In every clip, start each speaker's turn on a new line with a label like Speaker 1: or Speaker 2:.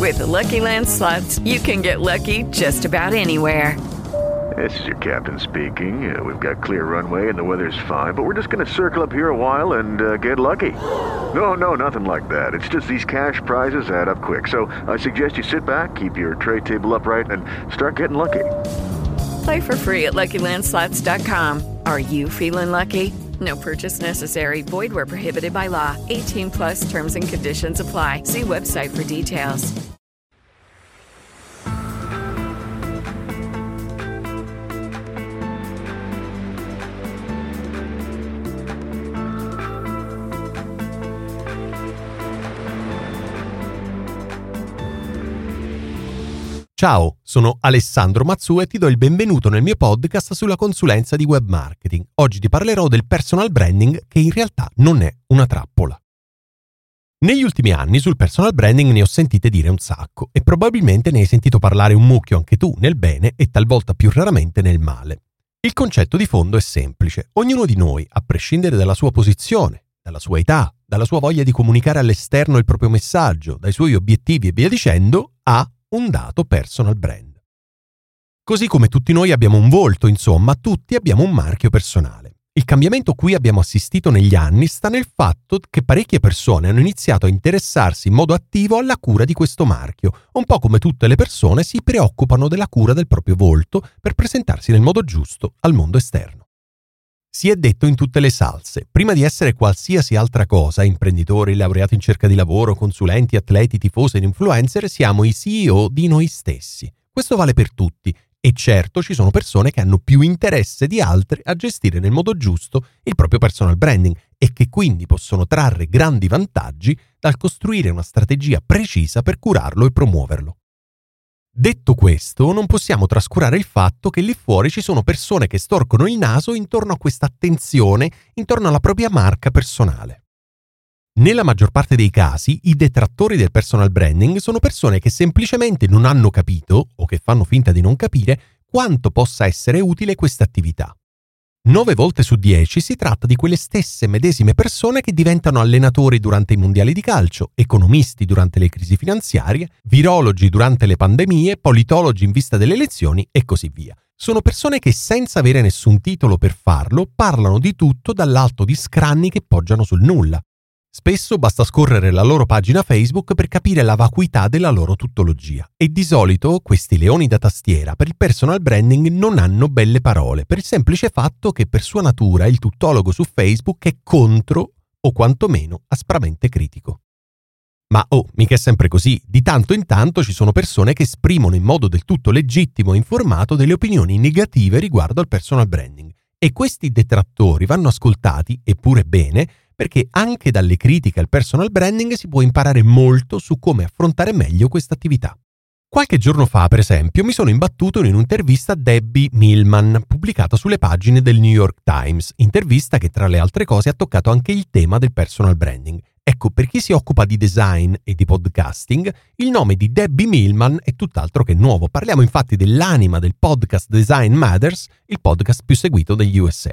Speaker 1: With the Lucky Land Slots, you can get lucky just about anywhere.
Speaker 2: This is your captain speaking. We've got clear runway and the weather's fine, but we're just going to circle up here a while and get lucky. No, nothing like that. It's just these cash prizes add up quick. So I suggest you sit back, keep your tray table upright, and start getting lucky.
Speaker 1: Play for free at LuckyLandSlots.com. Are you feeling lucky? No purchase necessary. Void where prohibited by law. 18 plus terms and conditions apply. See website for details.
Speaker 3: Ciao, sono Alessandro Mazzu e ti do il benvenuto nel mio podcast sulla consulenza di web marketing. Oggi ti parlerò del personal branding, che in realtà non è una trappola. Negli ultimi anni sul personal branding ne ho sentite dire un sacco e probabilmente ne hai sentito parlare un mucchio anche tu nel bene e talvolta più raramente nel male. Il concetto di fondo è semplice. Ognuno di noi, a prescindere dalla sua posizione, dalla sua età, dalla sua voglia di comunicare all'esterno il proprio messaggio, dai suoi obiettivi e via dicendo, ha un dato personal brand. Così come tutti noi abbiamo un volto, insomma, tutti abbiamo un marchio personale. Il cambiamento cui abbiamo assistito negli anni sta nel fatto che parecchie persone hanno iniziato a interessarsi in modo attivo alla cura di questo marchio, un po' come tutte le persone si preoccupano della cura del proprio volto per presentarsi nel modo giusto al mondo esterno. Si è detto in tutte le salse, prima di essere qualsiasi altra cosa, imprenditori, laureati in cerca di lavoro, consulenti, atleti, tifosi ed influencer, siamo i CEO di noi stessi. Questo vale per tutti e certo ci sono persone che hanno più interesse di altre a gestire nel modo giusto il proprio personal branding e che quindi possono trarre grandi vantaggi dal costruire una strategia precisa per curarlo e promuoverlo. Detto questo, non possiamo trascurare il fatto che lì fuori ci sono persone che storcono il naso intorno a questa attenzione, intorno alla propria marca personale. Nella maggior parte dei casi, i detrattori del personal branding sono persone che semplicemente non hanno capito, o che fanno finta di non capire, quanto possa essere utile questa attività. 9 volte su 10 si tratta di quelle stesse medesime persone che diventano allenatori durante i mondiali di calcio, economisti durante le crisi finanziarie, virologi durante le pandemie, politologi in vista delle elezioni e così via. Sono persone che senza avere nessun titolo per farlo parlano di tutto dall'alto di scranni che poggiano sul nulla. Spesso basta scorrere la loro pagina Facebook per capire la vacuità della loro tuttologia. E di solito questi leoni da tastiera per il personal branding non hanno belle parole, per il semplice fatto che per sua natura il tuttologo su Facebook è contro o quantomeno aspramente critico. Ma mica è sempre così. Di tanto in tanto ci sono persone che esprimono in modo del tutto legittimo e informato delle opinioni negative riguardo al personal branding. E questi detrattori vanno ascoltati, eppure bene, perché anche dalle critiche al personal branding si può imparare molto su come affrontare meglio questa attività. Qualche giorno fa, per esempio, mi sono imbattuto in un'intervista a Debbie Millman, pubblicata sulle pagine del New York Times, intervista che tra le altre cose ha toccato anche il tema del personal branding. Ecco, per chi si occupa di design e di podcasting, il nome di Debbie Millman è tutt'altro che nuovo. Parliamo infatti dell'anima del podcast Design Matters, il podcast più seguito degli USA.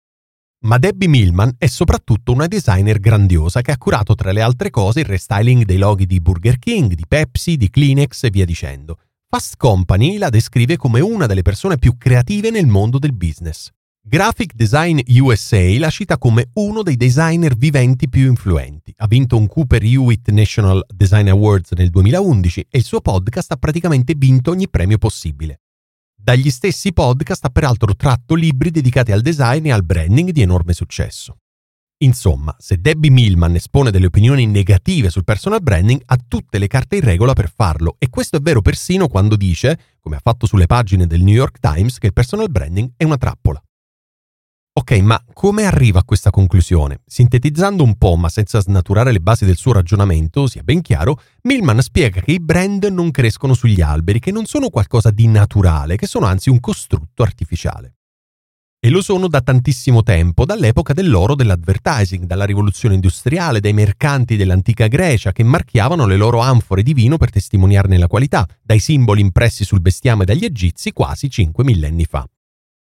Speaker 3: Ma Debbie Millman è soprattutto una designer grandiosa che ha curato tra le altre cose il restyling dei loghi di Burger King, di Pepsi, di Kleenex e via dicendo. Fast Company la descrive come una delle persone più creative nel mondo del business. Graphic Design USA la cita come uno dei designer viventi più influenti. Ha vinto un Cooper Hewitt National Design Awards nel 2011 e il suo podcast ha praticamente vinto ogni premio possibile. Dagli stessi podcast ha peraltro tratto libri dedicati al design e al branding di enorme successo. Insomma, se Debbie Millman espone delle opinioni negative sul personal branding, ha tutte le carte in regola per farlo, e questo è vero persino quando dice, come ha fatto sulle pagine del New York Times, che il personal branding è una trappola. Ok, ma come arriva a questa conclusione? Sintetizzando un po', ma senza snaturare le basi del suo ragionamento, sia ben chiaro, Millman spiega che i brand non crescono sugli alberi, che non sono qualcosa di naturale, che sono anzi un costrutto artificiale. E lo sono da tantissimo tempo, dall'epoca dell'oro dell'advertising, dalla rivoluzione industriale, dai mercanti dell'antica Grecia che marchiavano le loro anfore di vino per testimoniarne la qualità, dai simboli impressi sul bestiame dagli egizi quasi 5 millenni fa.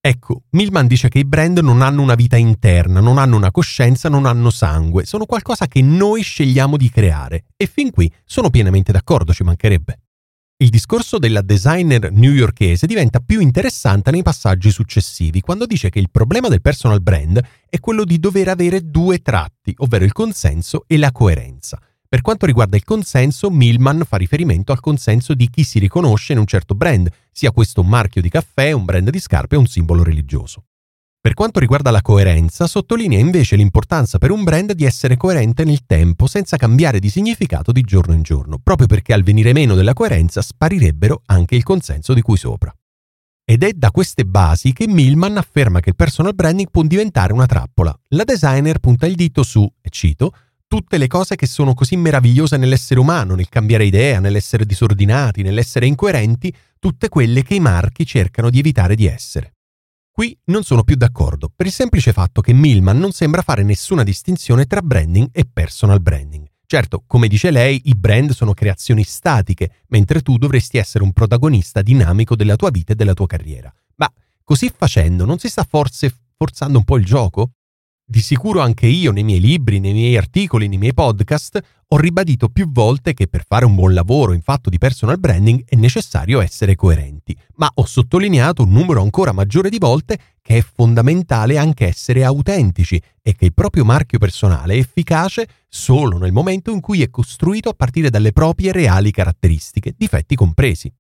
Speaker 3: Ecco, Millman dice che i brand non hanno una vita interna, non hanno una coscienza, non hanno sangue, sono qualcosa che noi scegliamo di creare. E fin qui sono pienamente d'accordo, ci mancherebbe. Il discorso della designer newyorkese diventa più interessante nei passaggi successivi, quando dice che il problema del personal brand è quello di dover avere due tratti, ovvero il consenso e la coerenza. Per quanto riguarda il consenso, Millman fa riferimento al consenso di chi si riconosce in un certo brand, sia questo un marchio di caffè, un brand di scarpe o un simbolo religioso. Per quanto riguarda la coerenza, sottolinea invece l'importanza per un brand di essere coerente nel tempo senza cambiare di significato di giorno in giorno, proprio perché al venire meno della coerenza sparirebbero anche il consenso di cui sopra. Ed è da queste basi che Millman afferma che il personal branding può diventare una trappola. La designer punta il dito su, e cito, tutte le cose che sono così meravigliose nell'essere umano, nel cambiare idea, nell'essere disordinati, nell'essere incoerenti, tutte quelle che i marchi cercano di evitare di essere. Qui non sono più d'accordo, per il semplice fatto che Millman non sembra fare nessuna distinzione tra branding e personal branding. Certo, come dice lei, i brand sono creazioni statiche, mentre tu dovresti essere un protagonista dinamico della tua vita e della tua carriera. Ma così facendo non si sta forse forzando un po' il gioco? Di sicuro anche io nei miei libri, nei miei articoli, nei miei podcast ho ribadito più volte che per fare un buon lavoro in fatto di personal branding è necessario essere coerenti, ma ho sottolineato un numero ancora maggiore di volte che è fondamentale anche essere autentici e che il proprio marchio personale è efficace solo nel momento in cui è costruito a partire dalle proprie reali caratteristiche, difetti compresi.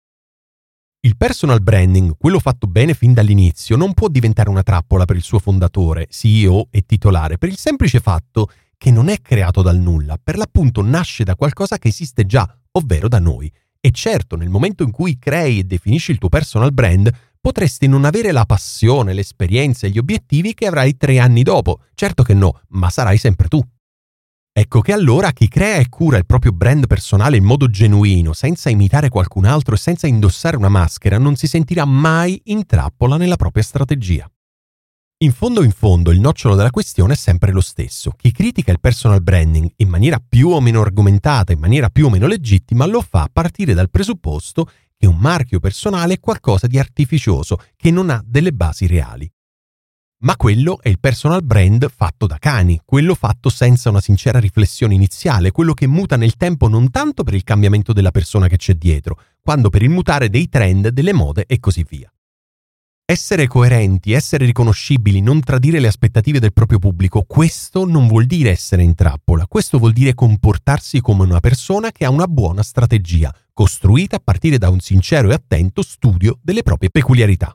Speaker 3: Il personal branding, quello fatto bene fin dall'inizio, non può diventare una trappola per il suo fondatore, CEO e titolare, per il semplice fatto che non è creato dal nulla, per l'appunto nasce da qualcosa che esiste già, ovvero da noi. E certo, nel momento in cui crei e definisci il tuo personal brand, potresti non avere la passione, l'esperienza e gli obiettivi che avrai 3 anni dopo. Certo che no, ma sarai sempre tu. Ecco che allora chi crea e cura il proprio brand personale in modo genuino, senza imitare qualcun altro e senza indossare una maschera, non si sentirà mai in trappola nella propria strategia. In fondo, il nocciolo della questione è sempre lo stesso. Chi critica il personal branding in maniera più o meno argomentata, in maniera più o meno legittima, lo fa a partire dal presupposto che un marchio personale è qualcosa di artificioso, che non ha delle basi reali. Ma quello è il personal brand fatto da cani, quello fatto senza una sincera riflessione iniziale, quello che muta nel tempo non tanto per il cambiamento della persona che c'è dietro, quanto per il mutare dei trend, delle mode e così via. Essere coerenti, essere riconoscibili, non tradire le aspettative del proprio pubblico, questo non vuol dire essere in trappola, questo vuol dire comportarsi come una persona che ha una buona strategia, costruita a partire da un sincero e attento studio delle proprie peculiarità.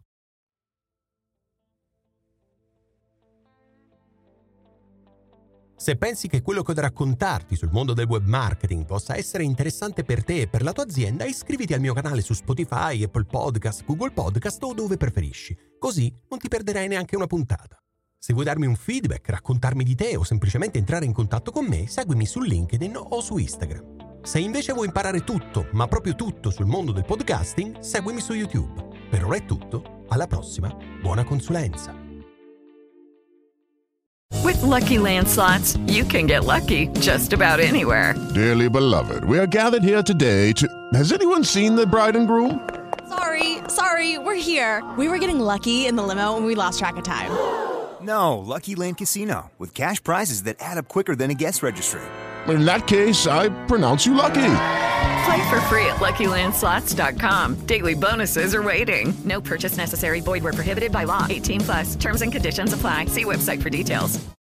Speaker 3: Se pensi che quello che ho da raccontarti sul mondo del web marketing possa essere interessante per te e per la tua azienda, iscriviti al mio canale su Spotify, Apple Podcast, Google Podcast o dove preferisci. Così non ti perderai neanche una puntata. Se vuoi darmi un feedback, raccontarmi di te o semplicemente entrare in contatto con me, seguimi su LinkedIn o su Instagram. Se invece vuoi imparare tutto, ma proprio tutto sul mondo del podcasting, seguimi su YouTube. Per ora è tutto, alla prossima, buona consulenza!
Speaker 1: With Lucky Land Slots, you can get lucky just about anywhere.
Speaker 4: Dearly beloved, we are gathered here today to... Has anyone seen the bride and groom?
Speaker 5: Sorry, we're here. We were getting lucky in the limo and we lost track of time.
Speaker 6: No, Lucky Land Casino, with cash prizes that add up quicker than a guest registry.
Speaker 4: In that case, I pronounce you lucky.
Speaker 1: Play for free at LuckyLandSlots.com. Daily bonuses are waiting. No purchase necessary. Void where prohibited by law. 18+. Terms and conditions apply. See website for details.